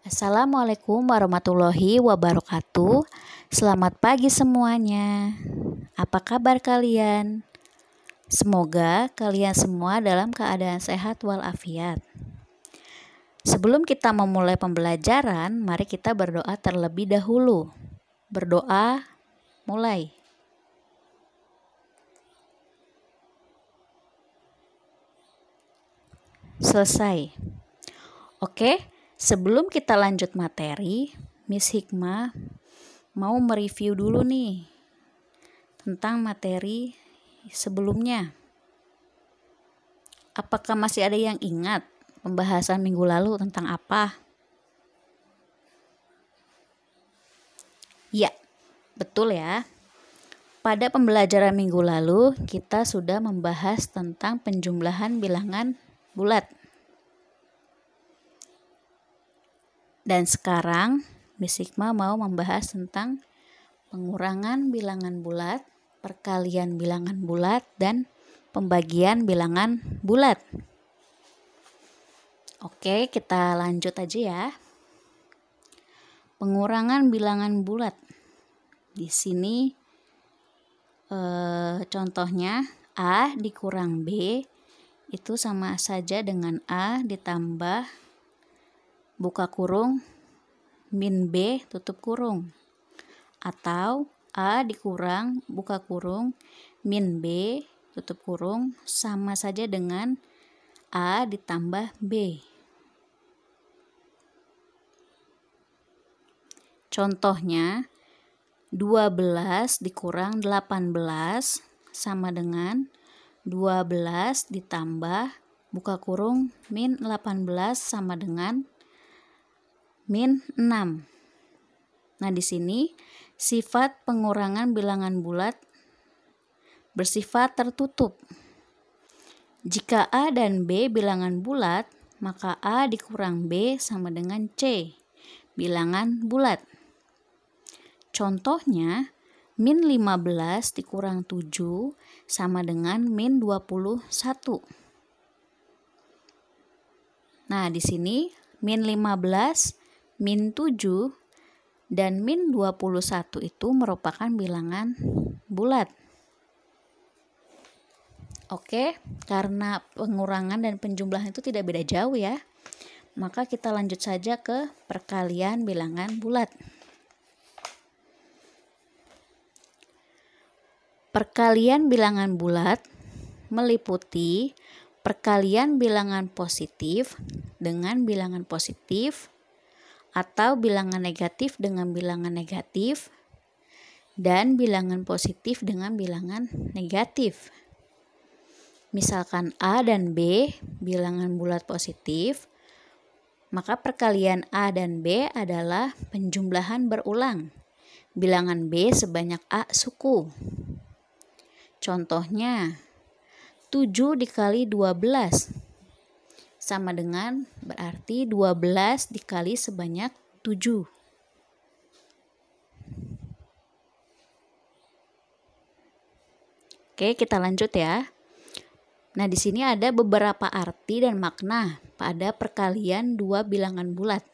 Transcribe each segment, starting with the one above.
Assalamualaikum warahmatullahi wabarakatuh. Selamat pagi semuanya. Apa kabar kalian? Semoga kalian semua dalam keadaan sehat walafiat. Sebelum kita memulai pembelajaran, mari kita berdoa terlebih dahulu. Berdoa, mulai. Selesai. Oke, sebelum kita lanjut materi, Miss Hikmah mau mereview dulu nih tentang materi sebelumnya. Apakah masih ada yang ingat pembahasan minggu lalu tentang apa? Ya, betul ya. Pada pembelajaran minggu lalu, kita sudah membahas tentang penjumlahan bilangan bulat. Dan sekarang, Miss Hikmah mau membahas tentang pengurangan bilangan bulat, perkalian bilangan bulat, dan pembagian bilangan bulat. Oke, kita lanjut aja ya. Pengurangan bilangan bulat. Di sini contohnya A dikurang B itu sama saja dengan A ditambah buka kurung min B tutup kurung, atau A dikurang buka kurung min B tutup kurung sama saja dengan A ditambah B. Contohnya 12 dikurang 18 sama dengan 12 ditambah buka kurung min 18 sama dengan min 6. Nah, di sini sifat pengurangan bilangan bulat bersifat tertutup. Jika A dan B bilangan bulat, maka A dikurang B sama dengan C, bilangan bulat. Contohnya, min 15 dikurang 7 sama dengan min 21. Nah, di sini min 15, min 7, dan min 21 itu merupakan bilangan bulat. Oke, karena pengurangan dan penjumlahan itu tidak beda jauh ya, maka kita lanjut saja ke perkalian bilangan bulat. Perkalian bilangan bulat meliputi perkalian bilangan positif dengan bilangan positif, atau bilangan negatif dengan bilangan negatif, dan bilangan positif dengan bilangan negatif. Misalkan A dan B bilangan bulat positif, maka perkalian A dan B adalah penjumlahan berulang bilangan B sebanyak A suku. Contohnya 7 dikali 12 sama dengan berarti 12 dikali sebanyak 7. Oke, kita lanjut ya. Nah, di sini ada beberapa arti dan makna pada perkalian dua bilangan bulat.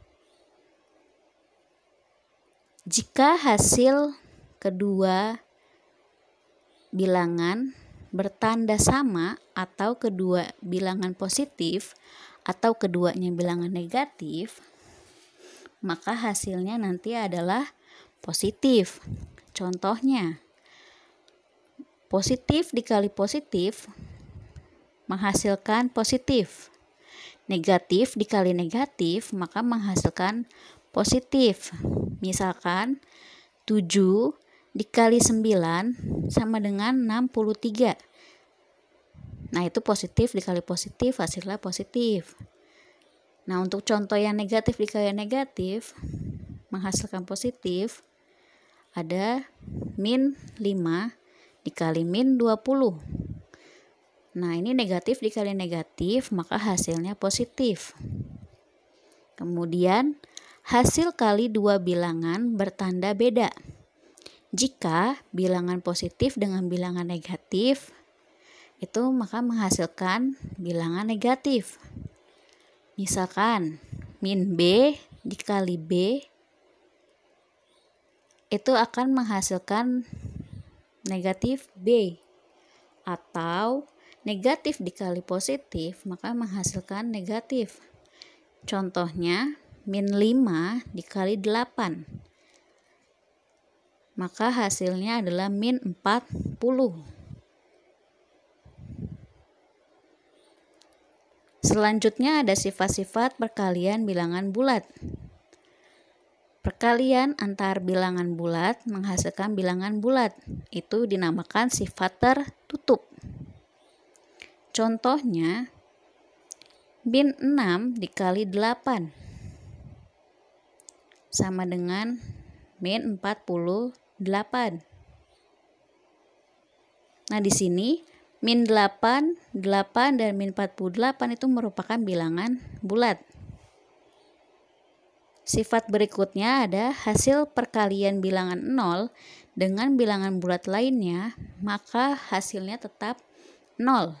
Jika hasil kedua bilangan bertanda sama atau kedua bilangan positif atau keduanya bilangan negatif, maka hasilnya nanti adalah positif. Contohnya, positif dikali positif menghasilkan positif. Negatif dikali negatif maka menghasilkan positif. Misalkan 7 dikali 9 sama dengan 63. Nah, itu positif dikali positif hasilnya positif. Nah, untuk contoh yang negatif dikali negatif menghasilkan positif ada min 5 dikali min 20. Nah, ini negatif dikali negatif maka hasilnya positif. Kemudian hasil kali dua bilangan bertanda beda. Jika bilangan positif dengan bilangan negatif itu maka menghasilkan bilangan negatif. Misalkan min B dikali B itu akan menghasilkan negatif B, atau negatif dikali positif maka menghasilkan negatif. Contohnya min 5 dikali 8, maka hasilnya adalah min 40. Selanjutnya ada sifat-sifat perkalian bilangan bulat. Perkalian antar bilangan bulat menghasilkan bilangan bulat. Itu dinamakan sifat tertutup. Contohnya, min 6 dikali 8 sama dengan min 48. Nah, di sini min 8, 8 dan min 48 itu merupakan bilangan bulat. Sifat berikutnya ada hasil perkalian bilangan 0 dengan bilangan bulat lainnya, maka hasilnya tetap 0.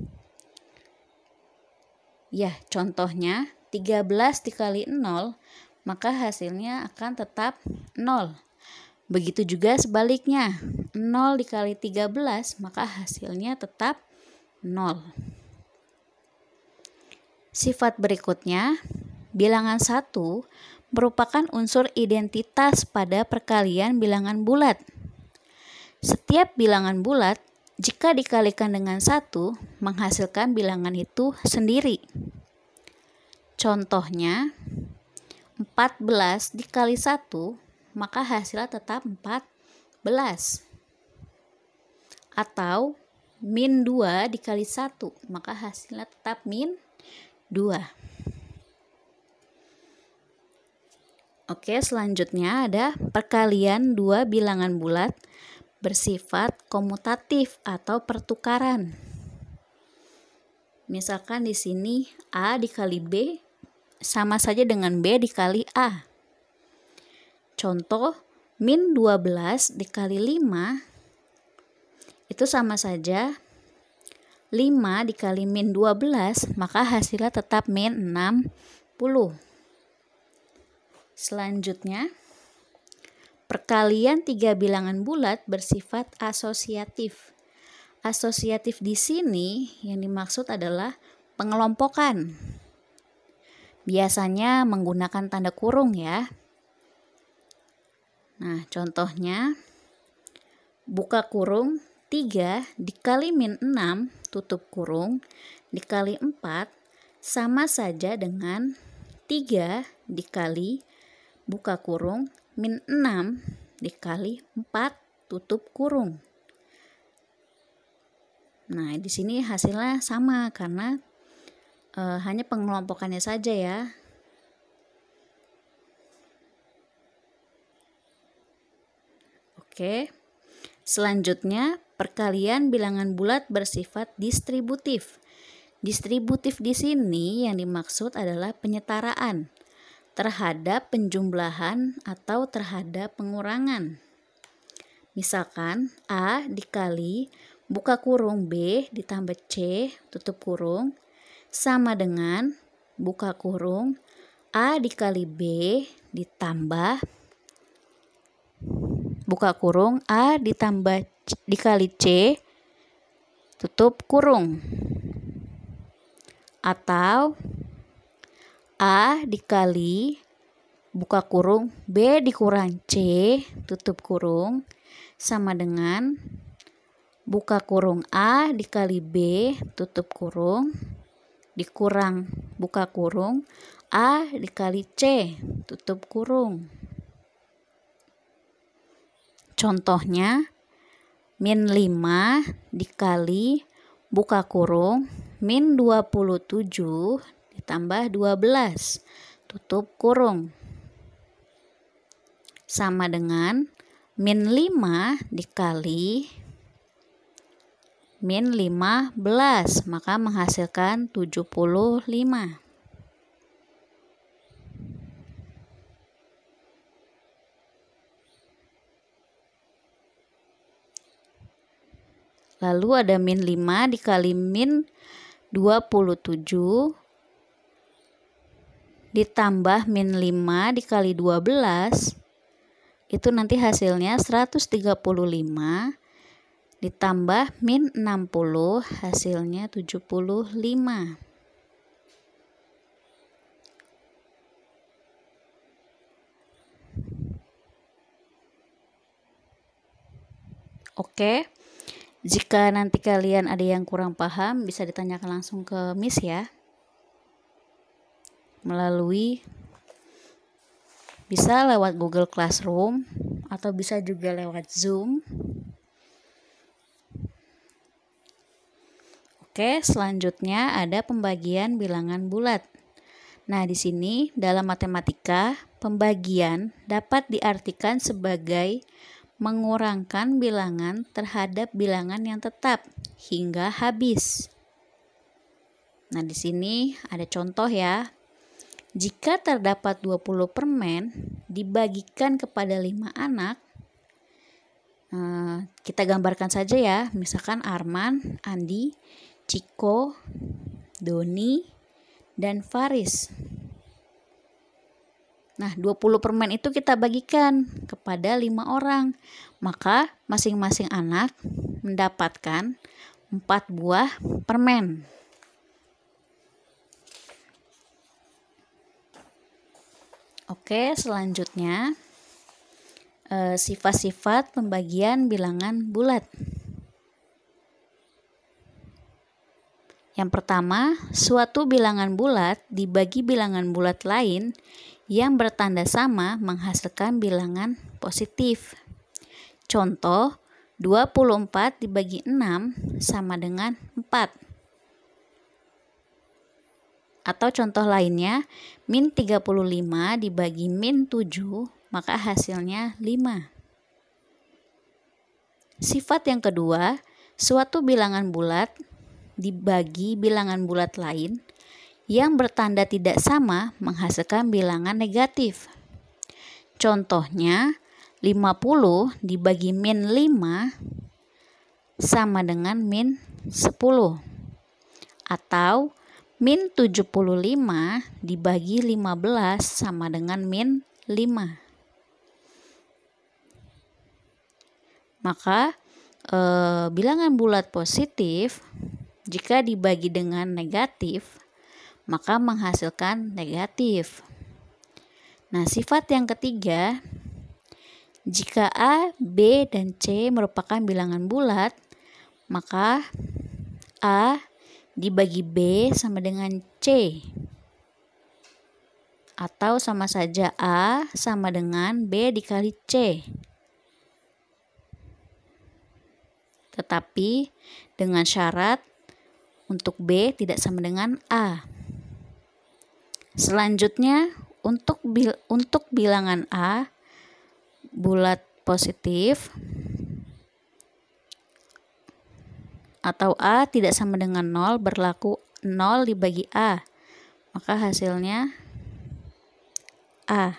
Ya, contohnya 13 dikali 0, maka hasilnya akan tetap 0. Begitu juga sebaliknya, 0 dikali 13, maka hasilnya tetap 0. Sifat berikutnya, bilangan 1 merupakan unsur identitas pada perkalian bilangan bulat. Setiap bilangan bulat jika dikalikan dengan 1 menghasilkan bilangan itu sendiri. Contohnya 14 dikali 1 maka hasilnya tetap 14. Atau min 2 dikali 1 maka hasilnya tetap min 2. Oke, selanjutnya ada perkalian dua bilangan bulat bersifat komutatif atau pertukaran. Misalkan di sini A dikali B sama saja dengan B dikali A. Contoh, min 12 dikali 5 itu sama saja 5 dikali min 12, maka hasilnya tetap min 60. Selanjutnya, perkalian tiga bilangan bulat bersifat asosiatif. Asosiatif di sini yang dimaksud adalah pengelompokan. Biasanya menggunakan tanda kurung ya. Nah, contohnya buka kurung 3 dikali min 6 tutup kurung dikali 4 sama saja dengan 3 dikali buka kurung min 6 dikali 4 tutup kurung. Nah, di sini hasilnya sama karena hanya pengelompokannya saja ya. Oke. Selanjutnya, perkalian bilangan bulat bersifat distributif. Distributif di sini yang dimaksud adalah penyetaraan terhadap penjumlahan atau terhadap pengurangan. Misalkan A dikali buka kurung B ditambah C tutup kurung sama dengan buka kurung A dikali B ditambah buka kurung A ditambah dikali C tutup kurung, atau A dikali buka kurung B dikurang C tutup kurung sama dengan buka kurung A dikali B tutup kurung dikurang buka kurung A dikali C tutup kurung. Contohnya min 5 dikali buka kurung min 27 ditambah 12 tutup kurung sama dengan min 5 dikali min 15, maka menghasilkan 75. Lalu ada min 5 dikali min 27 ditambah min 5 dikali 12, itu nanti hasilnya 135, ditambah min 60, hasilnya 75. Oke, jika nanti kalian ada yang kurang paham, bisa ditanyakan langsung ke Miss ya. Bisa lewat Google Classroom atau bisa juga lewat Zoom. Oke, selanjutnya ada pembagian bilangan bulat. Nah, di sini dalam matematika, pembagian dapat diartikan sebagai mengurangkan bilangan terhadap bilangan yang tetap hingga habis. Nah, di sini ada contoh ya. Jika terdapat 20 permen dibagikan kepada 5 anak, kita gambarkan saja ya. Misalkan Arman, Andi, Ciko, Doni, dan Faris. Nah, 20 permen itu kita bagikan kepada 5 orang. Maka masing-masing anak mendapatkan 4 buah permen. Oke, selanjutnya sifat-sifat pembagian bilangan bulat. Yang pertama, suatu bilangan bulat dibagi bilangan bulat lain yang bertanda sama menghasilkan bilangan positif. Contoh, 24 dibagi 6 sama dengan 4. Atau contoh lainnya, min 35 dibagi min 7, maka hasilnya 5. Sifat yang kedua, suatu bilangan bulat dibagi bilangan bulat lain yang bertanda tidak sama menghasilkan bilangan negatif. Contohnya, 50 dibagi min 5 sama dengan min 10. Atau min 75 dibagi 15 sama dengan min 5. Maka bilangan bulat positif jika dibagi dengan negatif, maka menghasilkan negatif. Nah, sifat yang ketiga, jika A, B, dan C merupakan bilangan bulat, maka A dibagi B sama dengan C. Atau sama saja A sama dengan B dikali C. Tetapi dengan syarat untuk B tidak sama dengan A. Selanjutnya, untuk bilangan A bulat positif atau A tidak sama dengan 0, berlaku 0 dibagi A. Maka hasilnya A.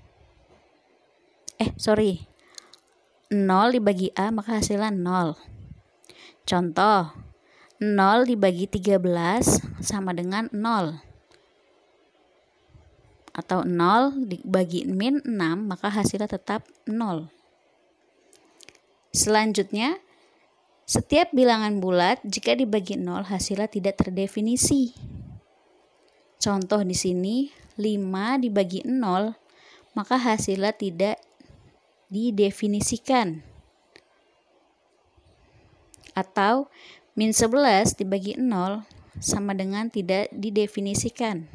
0 dibagi A maka hasilnya 0. Contoh, 0 dibagi 13 sama dengan 0. Atau 0 dibagi min 6 maka hasilnya tetap 0. Selanjutnya, setiap bilangan bulat jika dibagi 0 hasilnya tidak terdefinisi. Contoh di sini 5 dibagi 0 maka hasilnya tidak didefinisikan. Atau min 11 dibagi 0 sama dengan tidak didefinisikan.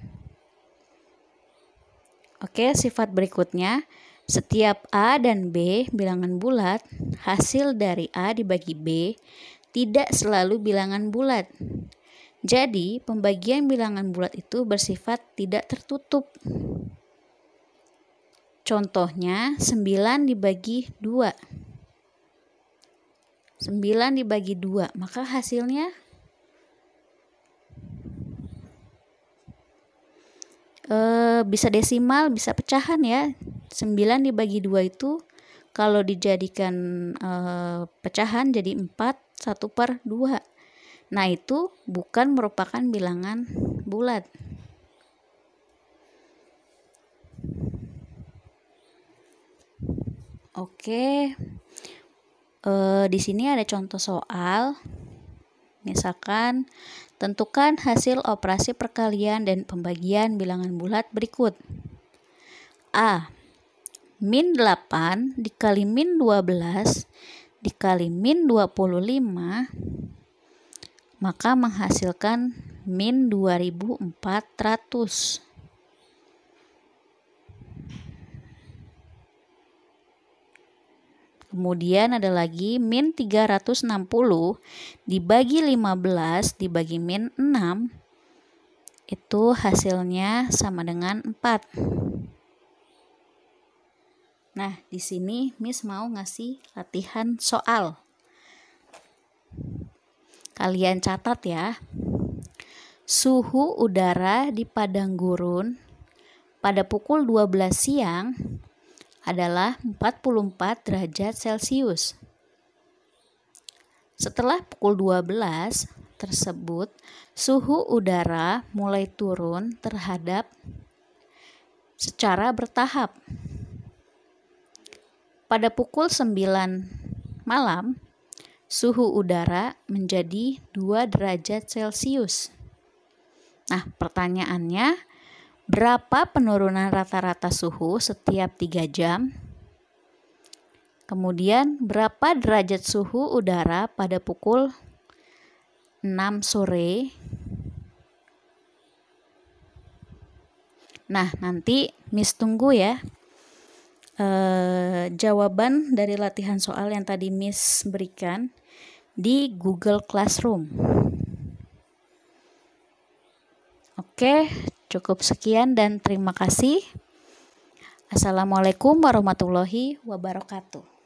Oke, sifat berikutnya, setiap A dan B bilangan bulat, hasil dari A dibagi B tidak selalu bilangan bulat. Jadi, pembagian bilangan bulat itu bersifat tidak tertutup. Contohnya, 9 dibagi 2. 9 dibagi 2, maka hasilnya bisa desimal, bisa pecahan ya. 9 dibagi 2 itu kalau dijadikan pecahan jadi 4, 1/2. Nah, itu bukan merupakan bilangan bulat. Oke, di sini ada contoh soal. Misalkan, tentukan hasil operasi perkalian dan pembagian bilangan bulat berikut. A. Min 8 dikali min 12 dikali min 25, maka menghasilkan min 2400. Kemudian ada lagi min 360 dibagi 15 dibagi min 6, itu hasilnya sama dengan 4. Nah, di sini Miss mau ngasih latihan soal. Kalian catat ya. Suhu udara di padang gurun pada pukul 12 siang adalah 44 derajat Celcius. Setelah pukul 12 tersebut, suhu udara mulai turun secara bertahap. Pada pukul 9 malam, suhu udara menjadi 2 derajat Celcius. Nah, pertanyaannya, berapa penurunan rata-rata suhu setiap 3 jam? Kemudian, berapa derajat suhu udara pada pukul 6 sore? Nah, nanti Miss tunggu ya jawaban dari latihan soal yang tadi Miss berikan di Google Classroom. Oke, cukup sekian dan terima kasih. Assalamualaikum warahmatullahi wabarakatuh.